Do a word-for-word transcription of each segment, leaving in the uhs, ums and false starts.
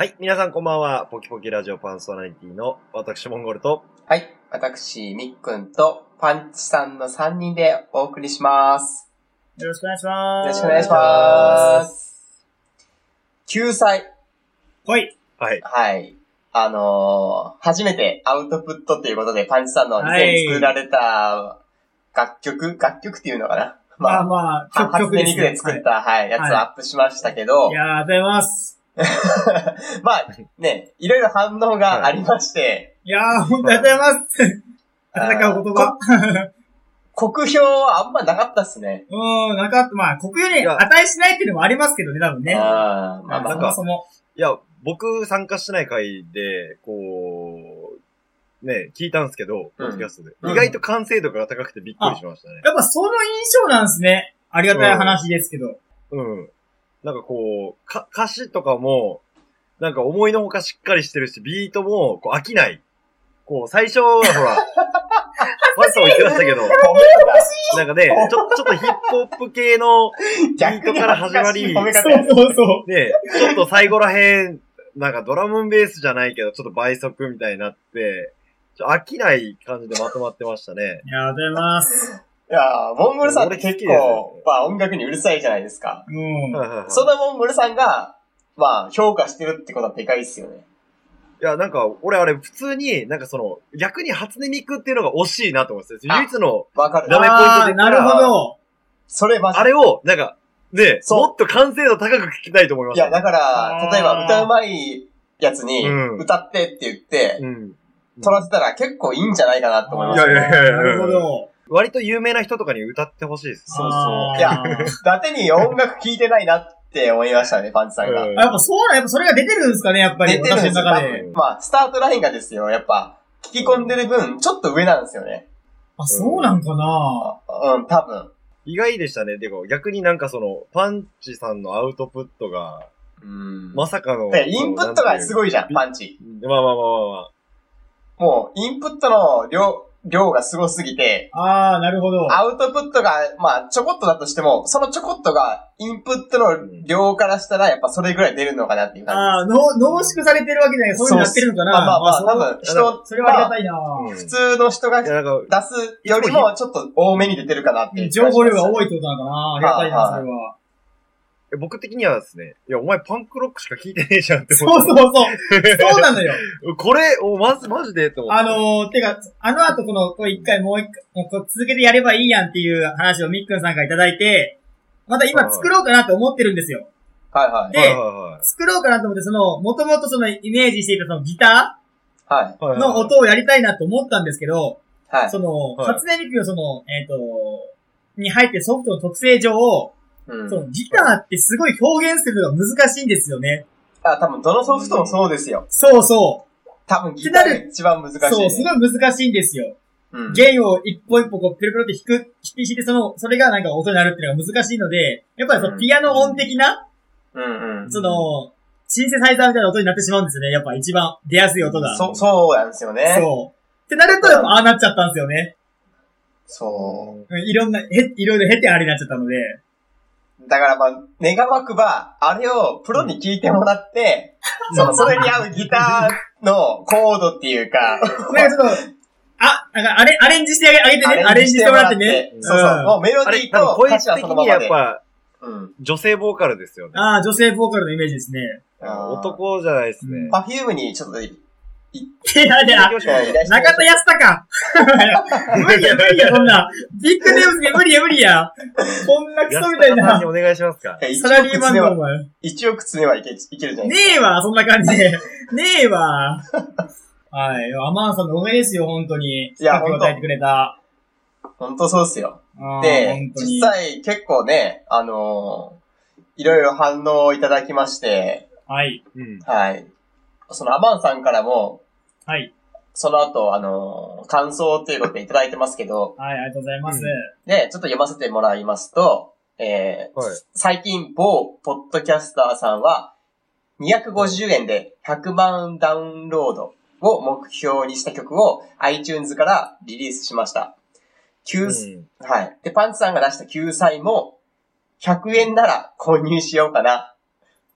はい、皆さんこんばんは。ポキポキラジオパンソナリティの私モンゴルと、 はい、私みっくんとパンチさんのさんにんでお送りします。 よろしくお願いします。 よろしくお願いします。救済。 はい。 はい。 はい。あのー、初めてアウトプットということでパンチさんの以前作られた楽曲、はい、楽曲っていうのかな。 まあまあ、 初音ミクで作った、はい、はい、やつをアップしましたけど。 いやー、ありがとうございます。 まあ、ね、いろいろ反応がありまして。 いやー、ほんとありがとうございます。戦う言葉。 酷評はあんまなかったっすね。 うん、なかった。まあ、酷評に値しないっていうのもありますけどね、多分ね。 ああ、まあまあ、 なんか、そもいや、僕参加してない回で、こう、ね、聞いたんですけど、ポッドキャストで、うん。意外と完成度が高くてびっくりしましたね。 やっぱその印象なんですね。ありがたい話ですけど。 うん。うん、なんかこう、か、歌詞とかも、なんか思いのほかしっかりしてるし、ビートも、こう飽きない。こう、最初はほら、ファンとも言ってましたけど、なんかね、ちょ、ちょっとヒップホップ系のビートから始まり、 そうそうそう。 ね、ちょっと最後らへん、なんかドラムンベースじゃないけど、ちょっと倍速みたいになって、ちょ飽きない感じでまとまってましたね。 いや、ありがとうございます。 いやー、モンゴルさんって結構、まあ音楽にうるさいじゃないですか。 うん。 そのモンゴルさんが、まあ評価してるってことはでかいっすよね。 いや、なんか、俺あれ普通に、なんかその、逆に初音ミクっていうのが惜しいなと思ってた。唯一の、 わかる。 ダメポイントで。 なるほど。 それマジあれを、なんか、ね、もっと完成度高く聞きたいと思いました。 いや、だから、例えば歌うまいやつに、歌ってって言って、うん、取らせたら結構いいんじゃないかなと思います、 ね。いやいやいや、 なるほど。 割と有名な人とかに歌ってほしいです。 そうそう。いや、だてに音楽聴いてないなって思いましたね、パンチさんが。 やっぱそうな、やっぱそれが出てるんですかね、やっぱり。 出てるんですよ。まあ、スタートラインがですよ、やっぱ、聞き込んでる分、ちょっと上なんですよね。 あ、そうなんかなうん、多分。 意外でしたね。でも逆になんかその、パンチさんのアウトプットが、うん、まさかの。 インプットがすごいじゃん、パンチ。 まあまあまあまあまあ。 もう、インプットの量、量がすごすぎて。 ああ、なるほど。 アウトプットが、まあ、ちょこっとだとしても、そのちょこっとが、インプットの量からしたら、やっぱそれぐらい出るのかなっていう感じ。 ああ、濃縮されてるわけじゃない。そういうのやってるのかな。 まあまあまあ、多分、人、 それはありがたいな、まあ、普通の人が出すよりも、ちょっと多めに出てるかなっていう。 情報量が多いってことなのかな。ありがたいな、それは。 僕的にはですね、いや、お前パンクロックしか聞いてねえじゃんって思って。そうそうそう。そうなのよ。 これ、お、まず、マジでって思って。 あのー、てか、あの後この、こう一回もう一回、もうこう続けてやればいいやんっていう話をみっくんさんからいただいて、また今作ろうかなと思ってるんですよ。 はいはい。 で、はいはいはい、作ろうかなと思って、その、もともとそのイメージしていたそのギターの音をやりたいなと思ったんですけど、はい。その、はい、初音ミクのその、えっと、に入ってソフトの特性上、うん、そのギターってすごい表現するのが難しいんですよね。 あ、多分どのソフトもそうですよ。 そうそう。 多分ギターが一番難しい、ね。 そう、すごい難しいんですよ。うん、弦を一歩一歩こう、ペロペロって弾く、弾いて、その、それがなんか音になるっていうのが難しいので、やっぱりそのピアノ音的な、うんうん、その、シンセサイザーみたいな音になってしまうんですよね。やっぱ一番出やすい音が。 そう、そうなんですよね。 そう。ってなると、やっぱああなっちゃったんですよね。 そう。 いろんな、へ、いろいろ経てあれになっちゃったので。 だからまあ、願わくば、あれをプロに聞いてもらって、その、それに合うギターのコードっていうか。 なんかちょっと、あ、なんかアレ、アレンジしてあげてね。アレンジしてもらってね。 そうそう。もうメロディーと歌詞はそのままで。 やっぱ、うん、女性ボーカルですよね。 ああ、女性ボーカルのイメージですね。 男じゃないですね。 パフュームにちょっと、い、 いやいや、中田康隆無理や、無理や、そんな。ビッグネームズで無理や、無理や。こんなクソみたいな。 安田さんにお願いしますか。 サラリーマンのお前。 一億つめはいけ、いけるじゃないですか。ねえわ、そんな感じで。ねえわ。はい。アマンさんのおかげですよ、本当に。いや、本当。与えてくれた。 本当そうですよ。で、実際結構ね、あのー、いろいろ反応をいただきまして。 はい。 うん、はい。そのアマンさんからも、 はい。 その後、あのー、感想ということでいただいてますけど。 はい、ありがとうございます。うん、 で、ちょっと読ませてもらいますと、えー、はい、最近某ポッドキャスターさんは、にひゃくごじゅうえんでひゃくまんダウンロードを目標にした曲を iTunes からリリースしました。救、うん、はい。で、パンツさんが出した救済も、ひゃくえんなら購入しようかな。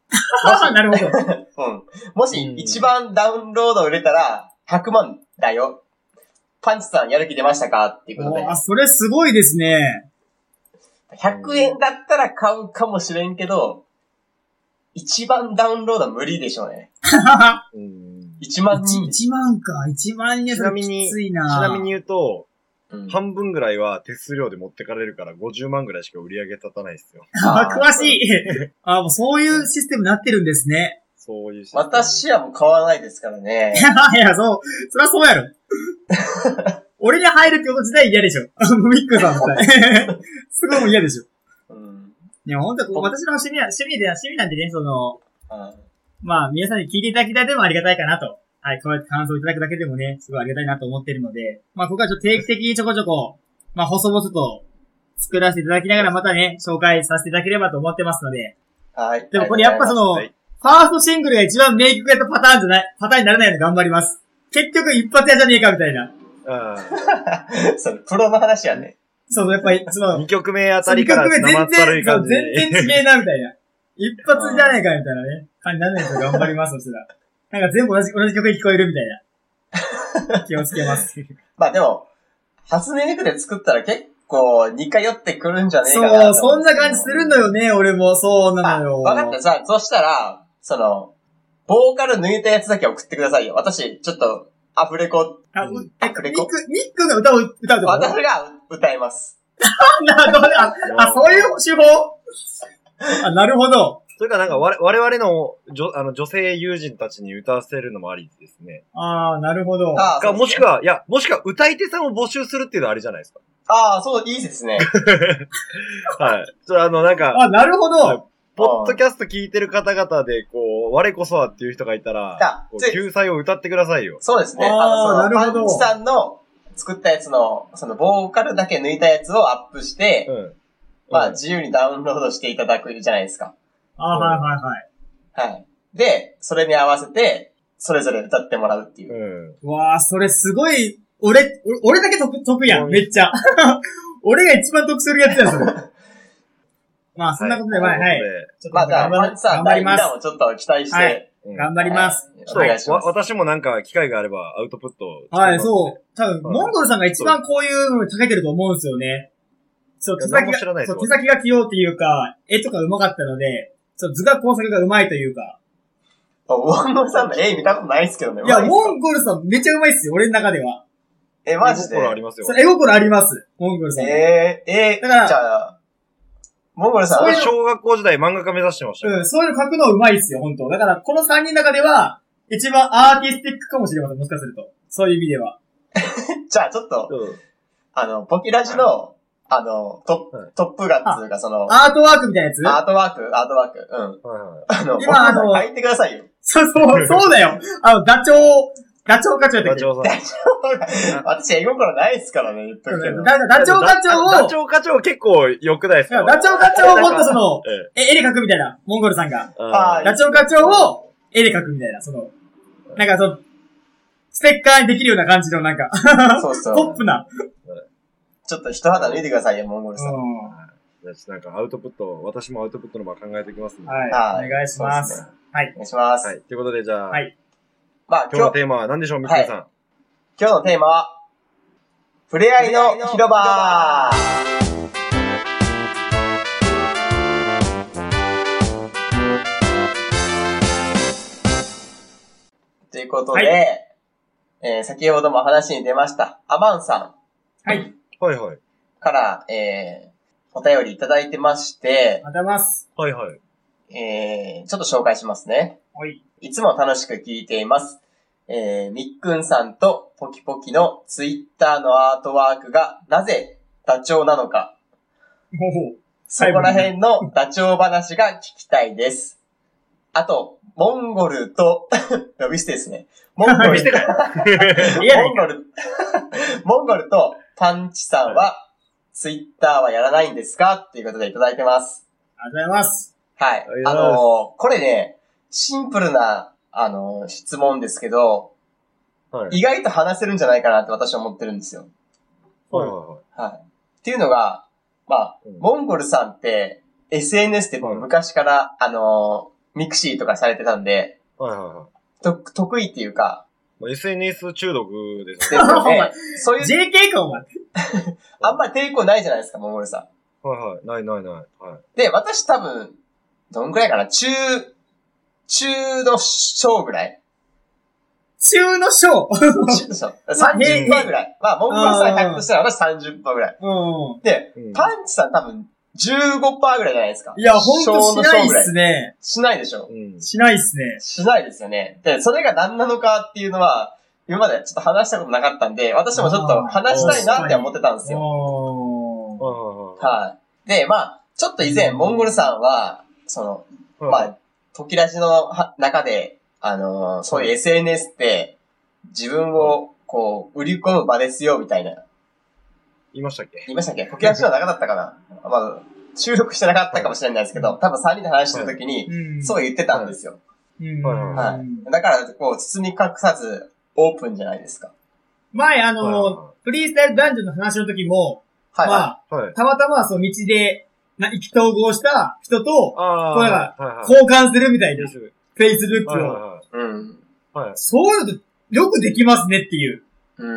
なるほど。 うん。もし一番ダウンロード売れたらひゃくまんだよ。パンチさんやる気出ましたかっていうことで。 あ、それすごいですね。 ひゃくえんだったら買うかもしれんけど、一番ダウンロードは無理でしょうね。いちまんにん。 いちまんか。いちまんにんちなみに、 きついな。 ちなみに言うと、うん、半分ぐらいは手数料で持ってかれるからごじゅうまんぐらいしか売り上げ立たないですよ。 あ、詳しい。あ、もうそういうシステムになってるんですね。 そういうシステム。 私はもう買わないですからね。 いや、そう、そりゃそうやろ。俺に入るってこと自体嫌でしょ。ミックさんみたい。すごいも嫌でしょ。うん。いや、ほんと、私の趣味は、趣味で、趣味なんでね、その、うん、まあ、皆さんに聞いていただきたいでもありがたいかなと。はい、こうやって感想いただくだけでもね、すごいありがたいなと思ってるので、まあ、ここはちょっと定期的にちょこちょこ、まあ、細々と作らせていただきながらまたね、紹介させていただければと思ってますので。 はい。 でもこれやっぱその、はい、ファーストシングルが一番名曲やったパターンじゃない、パターンにならないように頑張ります。結局一発屋じゃねえかみたいな。 ああ。それ、プロの話やね。 そう、やっぱり、その、 にきょくめあたりから生ったるい感じ。 全然違えな、みたいな。一発じゃねえか、みたいなね。感じにならないと頑張ります、そしたら。なんか全部同じ、同じ曲に聞こえるみたいな。気をつけます。 まあでも、初音ミクで作ったら結構似通ってくるんじゃねえかな。 そう、そんな感じするのよね、俺も。そうなのよ。 わかった、じゃあ、そしたら、その、ボーカル抜いたやつだけ送ってくださいよ。私、ちょっと、アフレコ。 あ、う、アフレコ。ミック、ミックが歌を、歌うと私が歌います。 なるほど。あ、あ、そういう手法あ、なるほど。 それからなんか我々の女、あの女性友人たちに歌わせるのもありですね。 ああ、なるほど。 あか、もしくは、いや、もしくは歌い手さんを募集するっていうのはありじゃないですか。 ああ、そう、いいですね。 はい。ちょ、あの、なんか。 あ、なるほど。 ポッドキャスト聞いてる方々で、こう、我こそはっていう人がいたら、救済を歌ってくださいよ。 そうですね。ああ、なるほど。パンチさんの作ったやつの、その、ボーカルだけ抜いたやつをアップして、うん、まあ、自由にダウンロードしていただくじゃないですか。 ああ、はいはいはい。はい。で、それに合わせて、それぞれ歌ってもらうっていう。 うん。わあ、それすごい、俺、俺だけ得、得やん、めっちゃ。俺が一番得するやつやん、それ。まあ、そんなことで、はい、はい。 ちょっとまあ、じゃあ、パンチさん、第二弾をちょっと期待して。はい。 頑張ります。 お願いします。 私もなんか、機会があれば、アウトプット。 はい、そう。多分、モンゴルさんが一番こういうのにかけてると思うんですよね。そう、手先が、そう、手先が器用っていうか、絵とか上手かったので、そう、図画工作が上手いというか。 モンゴルさんの絵見たことないですけどね。 いや、モンゴルさんめっちゃ上手いっすよ、俺の中では。 え、マジで？ 絵心ありますよ。 そう、絵心あります、モンゴルさん。 えー、えー、だから、じゃあ、モンゴルさん。 小学校時代漫画家目指してました。 うん、そういうの描くの上手いっすよ、本当だから、このさんにんの中では、一番アーティスティックかもしれません、もしかすると。そういう意味では。 じゃあ、ちょっと、うん、あの、ポキラジの、あの、トップ、トップガッツがその、 アートワークみたいなやつ？ アートワーク、アートワーク、うん。あの、今あの、書いてくださいよ。 そうそう、そうだよ。あの、ダチョウ、ダチョウ課長やったっけ？ ダチョウさん。私、絵心ないっすからね、言っとくけど。 ダチョウ課長を、 ダチョウ課長結構良くないっすか？ ダチョウ課長をもっとその、絵で描くみたいな、モンゴルさんが。ダチョウ課長を絵で描くみたいな、その、なんかその、ステッカーにできるような感じのなんか、そうそう。ポップな。 ちょっと一肌脱いでくださいよ、モンゴルさん。 じゃあ、なんかアウトプット、私もアウトプットの場考えておきますね。 はい。お願いします。はい。 お願いします。 はい。ということで、じゃあ、 はい。 まあ、 今日のテーマは何でしょう、みくさん。 今日のテーマは、ふれあいの広場ということで、はい、えー、先ほども話に出ました、アマンさん。はい。 はいはい。 から、えー、お便りいただいてまして、 ありがとうございます。 はいはい。 えー、ちょっと紹介しますね。 はい。 いつも楽しく聞いています。えー、みっくんさんとポキポキのツイッターのアートワークがなぜダチョウなのか。そこら辺のダチョウ話が聞きたいです。あと、モンゴルと、呼び捨てですね。モンゴル、モンゴル、モンゴルとパンチさんは、ツイッターはやらないんですかっていうことでいただいてます。 ありがとうございます。 はい。あのー、これね、シンプルな、あのー、質問ですけど、はい、意外と話せるんじゃないかなって私は思ってるんですよ。 はいはいはい。 はい。っていうのが、まあ、うん、モンゴルさんって、エスエヌエス でも昔から、あのー、 ミクシーとかされてたんで、 はいはいはい。 と、得意っていうか、 エスエヌエス 中毒ですね。ですよね。そういう。 ジェーケー かお前。 あんまり抵抗ないじゃないですか、モンゴルさん。はいはい。ないないない。はい。 で、私多分、どんぐらいかな中、中の小ぐらい中の小中の小。さんじゅっパーセントぐらい。まあ、モンゴルさんひゃくとしたら私さんじゅっパーセントぐらい。 うん。 で、パンチさん多分 じゅうごパーセント ぐらいじゃないですか。 いや、ほんとしないっすね。 しないでしょ。 うん。しないっすね。 しないですよね。で、それが何なのかっていうのは、今までちょっと話したことなかったんで、私もちょっと話したいなって思ってたんですよ。はい。で、まあ、ちょっと以前、モンゴルさんは、その、まあ、時ラジの中で、あのー、そういう エスエヌエス って、自分を、こう、売り込む場ですよ、みたいな。 言いましたっけ言いましたっけ時ラジの中だったかなまあ、収録してなかったかもしれないですけど、多分さんにんで話してる時に、そう言ってたんですよ。はい。だから、こう、包み隠さず、オープンじゃないですか。 前、あの、フリースタイルダンジョンの話の時も、はい、まあ、はい、たまたまその道で、な、意気投合した人と、これが、交換するみたいです。Facebook を。うん。はい。そういうのよくできますねっていう。 うん。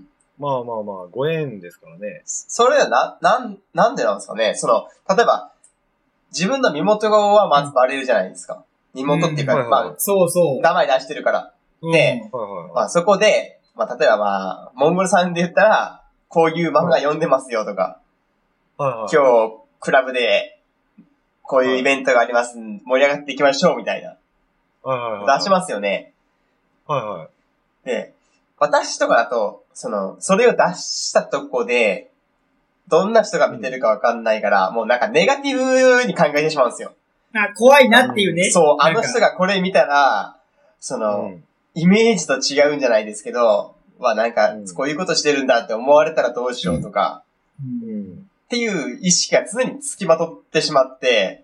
まあまあまあ、ご縁ですからね。 それはな、なん、なんでなんですかねその、例えば、自分の身元はまずバレるじゃないですか。身元っていうか、うん、まあ、 そうそう。 名前出してるから。で、うん、まあそこで、まあ例えばまあ、モンゴルさんで言ったら、こういう漫画読んでますよとか、はい、今日、クラブで、こういうイベントがあります。盛り上がっていきましょうみたいな。出しますよね。 はいはい。 で、私とかだと、その、それを出したとこで、どんな人が見てるかわかんないから、うん、もうなんかネガティブに考えてしまうんですよ。 あ、怖いなっていうね。 そう、あの人がこれ見たら、その、うん、イメージと違うんじゃないですけど、まあなんか、こういうことしてるんだって思われたらどうしようとか、うんうん、っていう意識が常につきまとってしまって、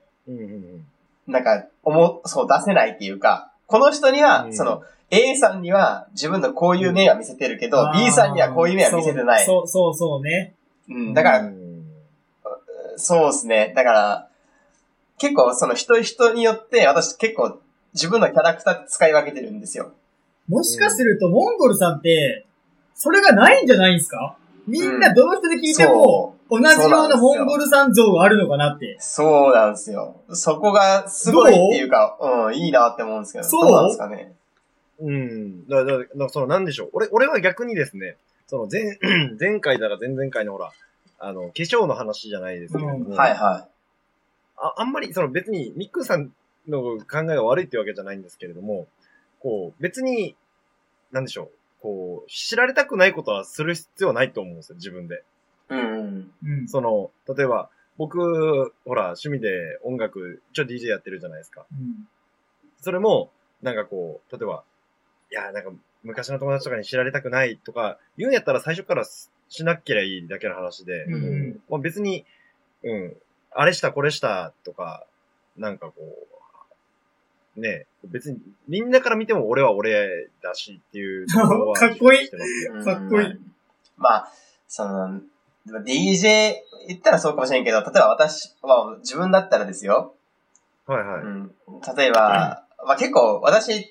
うんうん、なんか、思、そう出せないっていうか、この人には、うん、その、A さんには自分のこういう面は見せてるけど、うん、B さんにはこういう面は見せてない。 そう、そう、そうね。 うん、だから、うん、そうですね。だから、結構その人人によって私結構自分のキャラクターって使い分けてるんですよ。 もしかするとモンゴルさんって、それがないんじゃないんですか？みんなどの人で聞いても、同じようなモンゴルさん像があるのかなって。 そうなんですよ。そこがすごいっていうか、うん、いいなって思うんですけど。そうなんですかね。 うん。だから、だからそのなんでしょう。俺、俺は逆にですね、その前、前回だか前々回のほら、あの、化粧の話じゃないですけども、うん、 はいはい。 あ、あんまり、その別に、ミックさんの考えが悪いってわけじゃないんですけれども、こう、別に、なんでしょう。こう、知られたくないことはする必要はないと思うんですよ、自分で。 うんうん。 その、例えば、僕、ほら、趣味で音楽、ちょ、ディージェー やってるじゃないですか。うん、それも、なんかこう、例えば、いや、なんか、昔の友達とかに知られたくないとか、言うんやったら最初からしなきゃいいだけの話で、うんうんまあ、別に、うん、あれしたこれしたとか、なんかこう、ね、別にみんなから見ても俺は俺だしっていうところはかっこいい。かっこいい。 まあ、その、ディージェー 言ったらそうかもしれんけど、例えば私、まあ自分だったらですよ。 はいはい。 うん、例えば、うん、まあ結構私って、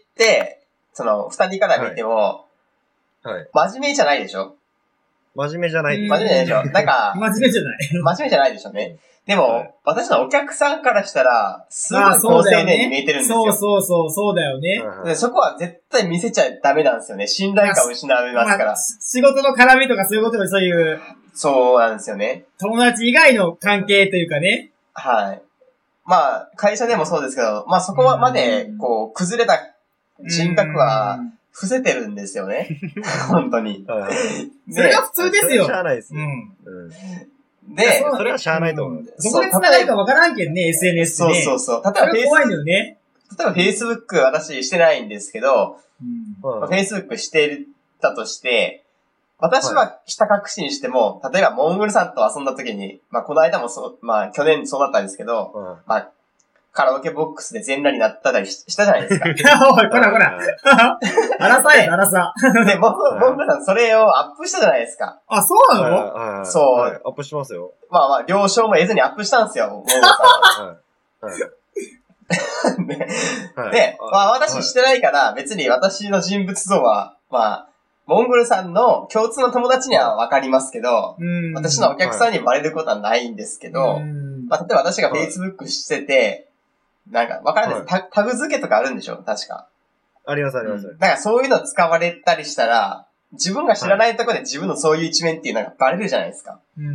その、二人から見ても、はい。はい、真面目じゃないでしょ？ 真面目じゃない。 真面目でしょ？なんか、 真面目じゃない。 真面目じゃないでしょね。でも、はい、私のお客さんからしたら、すごい高青年に見えてるんですよ。 そうそうそう、そうだよね。 でそこは絶対見せちゃダメなんですよね。信頼感を失いますから、まあ。 仕事の絡みとかそういうことでそういう。 そうなんですよね。 友達以外の関係というかね。 はい。まあ、会社でもそうですけど、まあそこまで、こう、崩れた人格は、伏せてるんですよね。本当に。 それが普通ですよ。 しゃあないですね。 うん、で、 それはしゃあないと思う。 どこで繋がるかわからんけんね、エスエヌエス ってね。 そうそうそう。例えば、 それ怖いのよね。 例えば Facebook 私してないんですけど、うんまあ、Facebook してたとして、私は下隠しにしても、例えばモンゴルさんと遊んだ時に、まあこの間もそう、まあ去年そうだったんですけど、うん、まあカラオケボックスで全裸になったりしたじゃないですか。 おい、こらこら。あらさや、あらさ。 で、モンゴルさんそれをアップしたじゃないですか。 あ、そうなの？ そう、 はい。アップしますよ。 まあまあ、了承も得ずにアップしたんですよ、モンゴルさんは。はい。はい、 はい、で、まあ私してないから、別に私の人物像は、まあ、モンゴルさんの共通の友達にはわかりますけど、私のお客さんにバレることはないんですけど、まあ、例えば私が Facebook してて、なんかわからないです、はい、タ。タグ付けとかあるんでしょ確か。 ありますあります。 だからそういうの使われたりしたら、自分が知らないところで自分のそういう一面っていうのがバレるじゃないですか。 うん。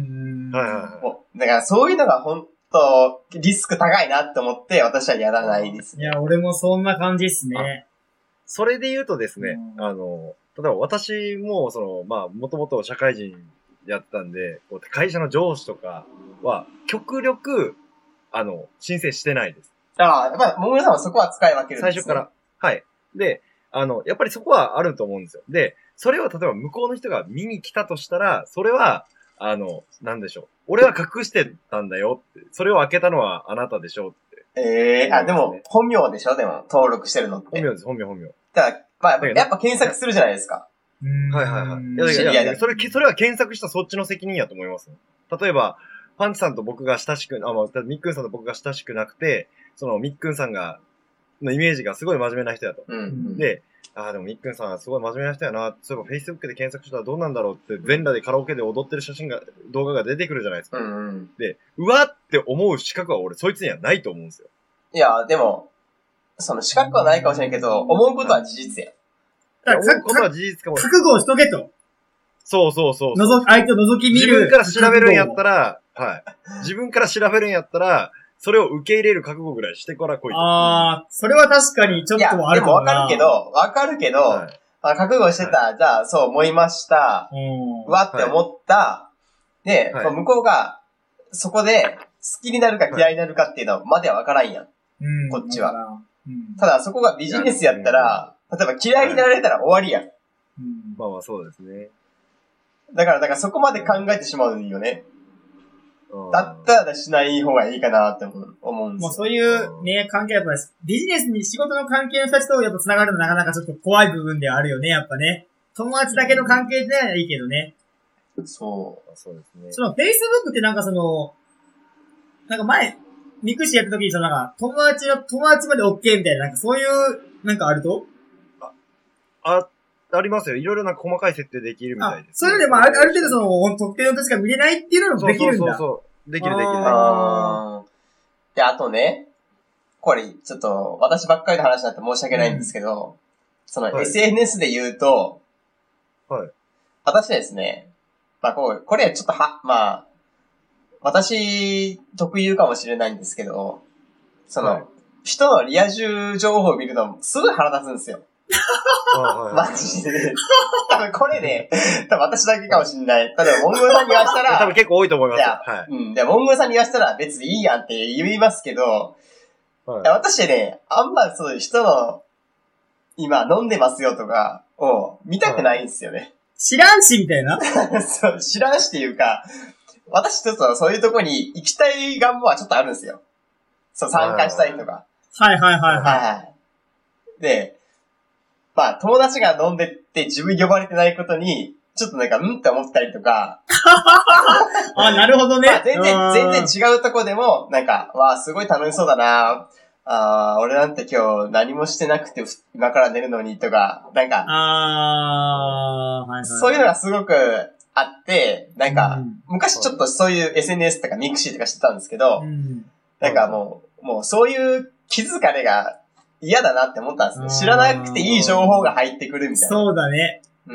はいはいはい。 だからそういうのが本当リスク高いなって思って私はやらないですね。 いや、俺もそんな感じですね。 それで言うとですね、あの、例えば私も、その、まあ、もともと社会人やったんで、会社の上司とかは、極力、あの、申請してないです。 ああ、やっぱり、もぐらさんはそこは使い分けるんですね。 最初から。はい。で、あの、やっぱりそこはあると思うんですよ。で、それを例えば向こうの人が見に来たとしたら、それは、あの、なんでしょう。俺は隠してたんだよって。それを開けたのはあなたでしょって。 ええー、あ、でも、本名でしょでも、登録してるのって。 本名です、本名、本名。 だから、まあ、やっぱ検索するじゃないですか。 はいはいはい。いやいやいや、それ、それは検索したそっちの責任やと思います。例えば、パンチさんと僕が親しく、あ、まあ、ミックンさんと僕が親しくなくて、その、ミックンさんが、のイメージがすごい真面目な人やと。うんうん、で、ああ、でもミックンさんはすごい真面目な人やな。そういえば Facebook で検索したらどうなんだろうって、全裸でカラオケで踊ってる写真が、動画が出てくるじゃないですか。うんうん、で、うわって思う資格は俺、そいつにはないと思うんですよ。 いや、でも、その資格はないかもしれんけど、思うことは事実や。 だから思うことは事実かもしれない。 覚悟をしとけと。 そうそうそうそう。覗相手を覗き見る。 自分から調べるんやったら、はい。自分から調べるんやったら、それを受け入れる覚悟ぐらいしてから来いと。 ああ、それは確かにちょっとはあるかもな。 いや、でもわかるけど、わかるけど、はい、あ覚悟してた、はい、じゃあそう思いました。うわって思った。はい、で、はい、向こうが、そこで好きになるか嫌いになるかっていうのまではわからんやん。うん、こっちは。うん、ただそこがビジネスやったら、例えば嫌いになられたら終わりやん。うん、 まあまあそうですね。 だから、だからそこまで考えてしまうよね。だったらしない方がいいかなって思うんですよ。 もうそういうね、関係はやっぱビジネスに仕事の関係の人たちとやっぱ繋がるのなかなかちょっと怖い部分ではあるよね、やっぱね。友達だけの関係ではいいけどね。 そう。 そうですね。 その Facebook ってなんかその、なんか前、ミクシーやった時にそのなんか友達の友達まで OK みたいな、なんかそういう、なんかあるとあ、あ、ありますよ。いろいろなんか細かい設定できるみたいです、 ね。あ、それでもある程度その、特定の人しか見れないっていうのもできるんだ。そうそうそう。 できるできる。 あで、あとね、これ、ちょっと、私ばっかりの話になって申し訳ないんですけど、うん、その エスエヌエス で言うと、 はい。 私ですね、まあ、こう、これちょっとは、まあ、私特有かもしれないんですけど、その、はい、人のリア充情報を見るのすごい腹立つんですよ。マジで。多分これね、多分私だけかもしんない。例えば、モンゴルさんに言わしたら。 多分結構多いと思います。 いや、はい、うん。で、モンゴルさんに言わしたら別にいいやんって言いますけど、はい、私ね、あんまそういう人の、今飲んでますよとかを見たくないんですよね。はい、 知らんしみたいなそう、知らんしっていうか、私ちょっとそういうとこに行きたい願望はちょっとあるんですよ。そう、参加したいとか。 はいはいはいはい。 はい。で、まあ、友達が飲んでって自分呼ばれてないことに、ちょっとなんか、うんって思ったりとか。 あ、なるほどね。 まあ、全然、全然違うとこでも、なんか、わあ、すごい楽しそうだなあ俺なんて今日何もしてなくて、今から寝るのにとか、なんか、 あー、はいはい、 そういうのがすごくあって、なんか、うん、昔ちょっとそういう エスエヌエス とかミクシーとかしてたんですけど、うん、なんかもう、もうそういう気づかれが、嫌だなって思ったんですね。知らなくていい情報が入ってくるみたいな。 そうだね。 うん。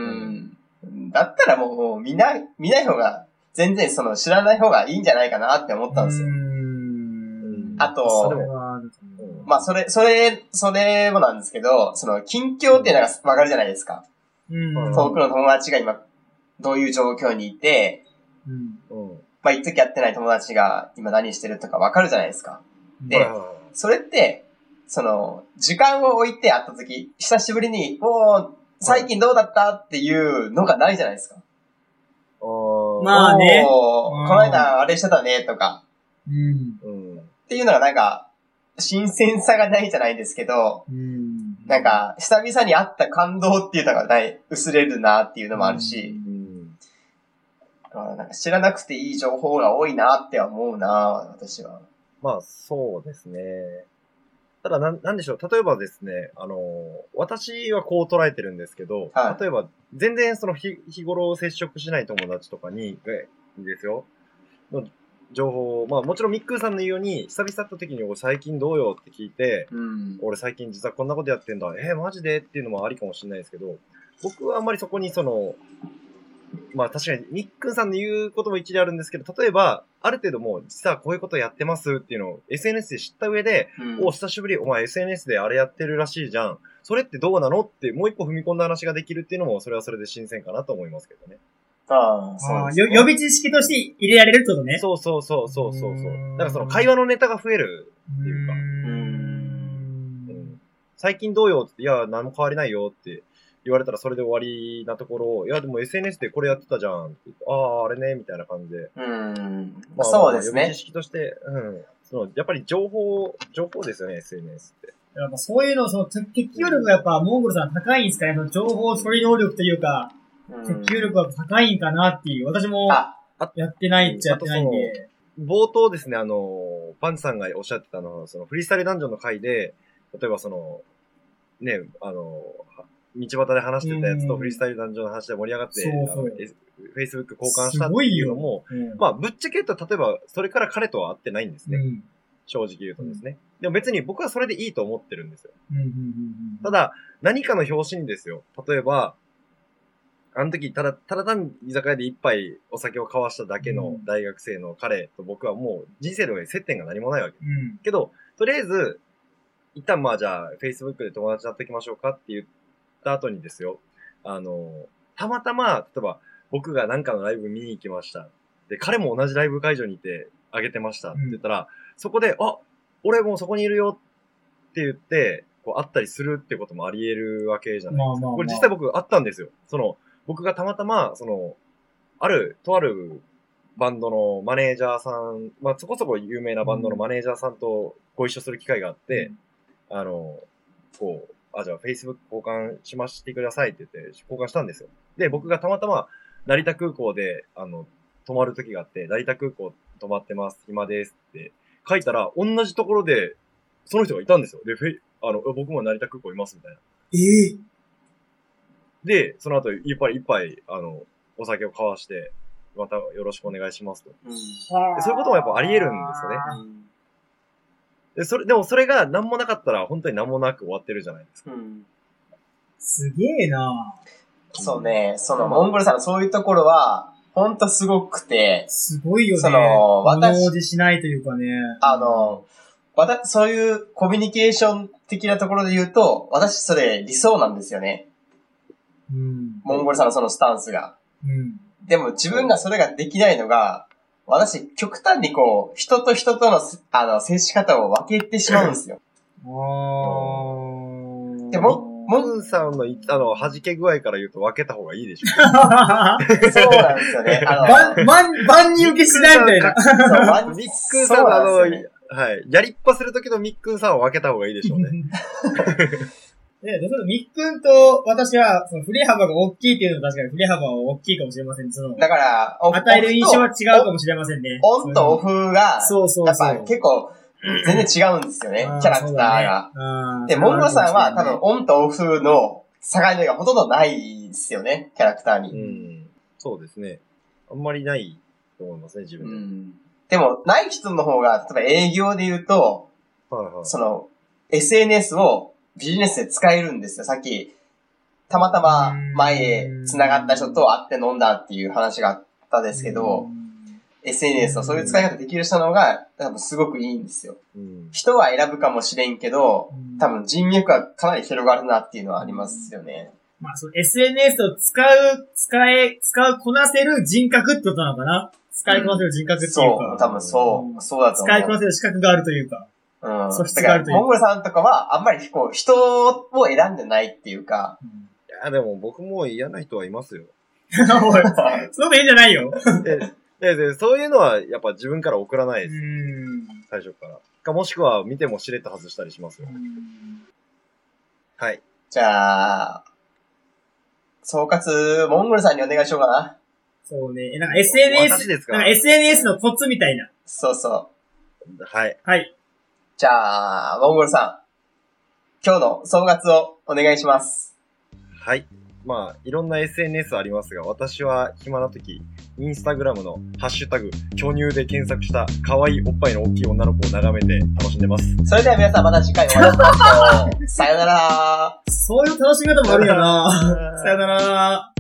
だったらもう、もう見ない、見ない方が、全然その知らない方がいいんじゃないかなって思ったんですよ。うんあと、まあそれ、それ、それもなんですけど、その近況っていうのがわかるじゃないですか。うん遠くの友達が今、どういう状況にいて、うんまあ一時会ってない友達が今何してるとかわかるじゃないですか。で、それって、その、時間を置いて会った時、久しぶりに、おー、最近どうだったっていうのがないじゃないですか。 まあね。 この間あれしてたね、とか。うん。っていうのがなんか、新鮮さがないじゃないですけど、うん、なんか、久々に会った感動っていうのがない、薄れるなっていうのもあるし、うんうん、なんか知らなくていい情報が多いなって思うな、私は。 まあ、そうですね。 ただ、なん、なんでしょう。例えばですね、あの、私はこう捉えてるんですけど、はい、例えば、全然その日、日頃接触しない友達とかに、ですよ。の情報、まあもちろんミックーさんの言うように、久々会った時に、俺最近どうよって聞いて、うん、俺最近実はこんなことやってんだ、えー、マジでっていうのもありかもしれないですけど、僕はあんまりそこにその、まあ確かにミックーさんの言うことも一理あるんですけど、例えば、ある程度もう実はこういうことやってますっていうのを エスエヌエス で知った上で、うん、お、久しぶり、お前 エスエヌエス であれやってるらしいじゃん。それってどうなのってもう一個踏み込んだ話ができるっていうのも、それはそれで新鮮かなと思いますけどね。 ああ、そうですね。 予備知識として入れられるってことね。 そうそうそうそうそうそう。だからその会話のネタが増えるっていうか。うーん、うん、最近どうよって、いや、何も変わりないよって言われたらそれで終わりなところ、いや、でも エスエヌエス でこれやってたじゃんって言って、ああ、あれね、みたいな感じで。 うん。まあ、そうですね。 予備知識として、うん。そのやっぱり情報、情報ですよね、エスエヌエス って。 やっぱそういうの、その適応力がやっぱモンゴルさん高いんですかね、その情報処理能力というか、適応力が高いんかなっていう。私もやってないっちゃやってないんで。 冒頭ですね、あの、パンチさんがおっしゃってたのは、そのフリースタイルダンジョンの回で、例えばその、ね、あの、道端で話してたやつとフリースタイルダンジョンの話で盛り上がって、そうそう、Facebook 交換したっていうのも、うん、まあ、ぶっちゃけ言うと、例えば、それから彼とは会ってないんですね。うん、正直言うとですね、うん。でも別に僕はそれでいいと思ってるんですよ。うんうんうんうん、ただ、何かの表紙にですよ。例えば、あの時、ただ、ただ単に居酒屋で一杯お酒を交わしただけの大学生の彼と僕はもう人生の上に接点が何もないわけ。うん、けど、とりあえず、一旦まあじゃあ、Facebook で友達になっていきましょうかって言った後にですよ。あの、たまたま、例えば、僕が何かのライブ見に行きました。で、彼も同じライブ会場にいてあげてましたって言ったら、うん、そこで、あ、俺もうそこにいるよって言って、こう会ったりするってこともあり得るわけじゃないですか。まあまあまあ、これ実際僕会ったんですよ。その、僕がたまたま、その、ある、とあるバンドのマネージャーさん、まあそこそこ有名なバンドのマネージャーさんとご一緒する機会があって、うん、あの、こう、あ、じゃあ Facebook 交換しましてくださいって言って交換したんですよ。で、僕がたまたま成田空港で、あの、泊まる時があって、成田空港泊まってます、暇ですって書いたら、同じところで、その人がいたんですよ。で、フェあの、僕も成田空港いますみたいな。 ええーで、その後、いっぱいいっぱい、あの、お酒を交わして、またよろしくお願いしますと。うん、でそういうこともやっぱあり得るんですよね。うん、で、それ、でもそれが何もなかったら、本当に何もなく終わってるじゃないですか。うん、 すげえなぁ。そうね、その、モンゴルさんのそういうところは、ほんとすごくて。 すごいよね。その、私。物おじしないというかね。 あの、私、そういうコミュニケーション的なところで言うと、私それ理想なんですよね。うん、モンゴルさんのそのスタンスが。うん、でも自分がそれができないのが、私極端にこう、人と人との、あの、接し方を分けてしまうんですよ。あでも、モンさんの、あの、弾け具合から言うと分けた方がいいでしょ。 そうなんですよね。あの、万、万人受けしないみたいな。 そう、ミックーさんのあの、はい。やりっぱする時のミックーさんを分けた方がいいでしょうね。 で、で、そのミックンと私は、その振れ幅が大きいっていうのは確かに振れ幅は大きいかもしれません。その、 だから、 与える印象は違うかもしれませんね。 オンとオフが、そうそうそう。やっぱ結構、全然違うんですよね、キャラクターが。ね、で、モンゴルさんは多分オンとオフの境目がほとんどないですよね、キャラクターに。 うん。そうですね。あんまりないと思いますね、自分で。うん、 でも、ない人の方が、例えば営業で言うと、はいはい、その、エスエヌエス をビジネスで使えるんですよ。さっき、たまたま前へ繋がった人と会って飲んだっていう話があったんですけど、エスエヌエス のそういう使い方できる人の方が多分すごくいいんですよ。人は選ぶかもしれんけど、多分人脈はかなり広がるなっていうのはありますよね。 まあ、その エスエヌエス を使う、使え、使うこなせる人格ってことなのかな？使いこなせる人格っていうか。 そう、多分そう、そうだと思う。 使いこなせる資格があるというか。 うん。素質があるというか。モンゴルさんとかは、あんまりこう、人を選んでないっていうか。 うん、いや、でも僕も嫌な人はいますよ。 おい、その変じゃないよ。 ででそういうのは、やっぱ自分から送らないです。うん最初から。か、もしくは見てもしれっと外したりしますよ。はい。 じゃあ、総括、モンゴルさんにお願いしようかな。 そうね。なんか エスエヌエス、私ですか？なんか エスエヌエス のコツみたいな。 そうそう。はい。 はい。 じゃあ、モンゴルさ今日の総括をお願いします。 はい。まあ、いろんな エスエヌエス ありますが、私は暇な時、インスタグラムのハッシュタグ、巨乳で検索した可愛いおっぱいの大きい女の子を眺めて楽しんでます。 それでは皆さんまた次回お会いしましょう。さよなら。 そういう楽しみ方もあるよな。さよなら。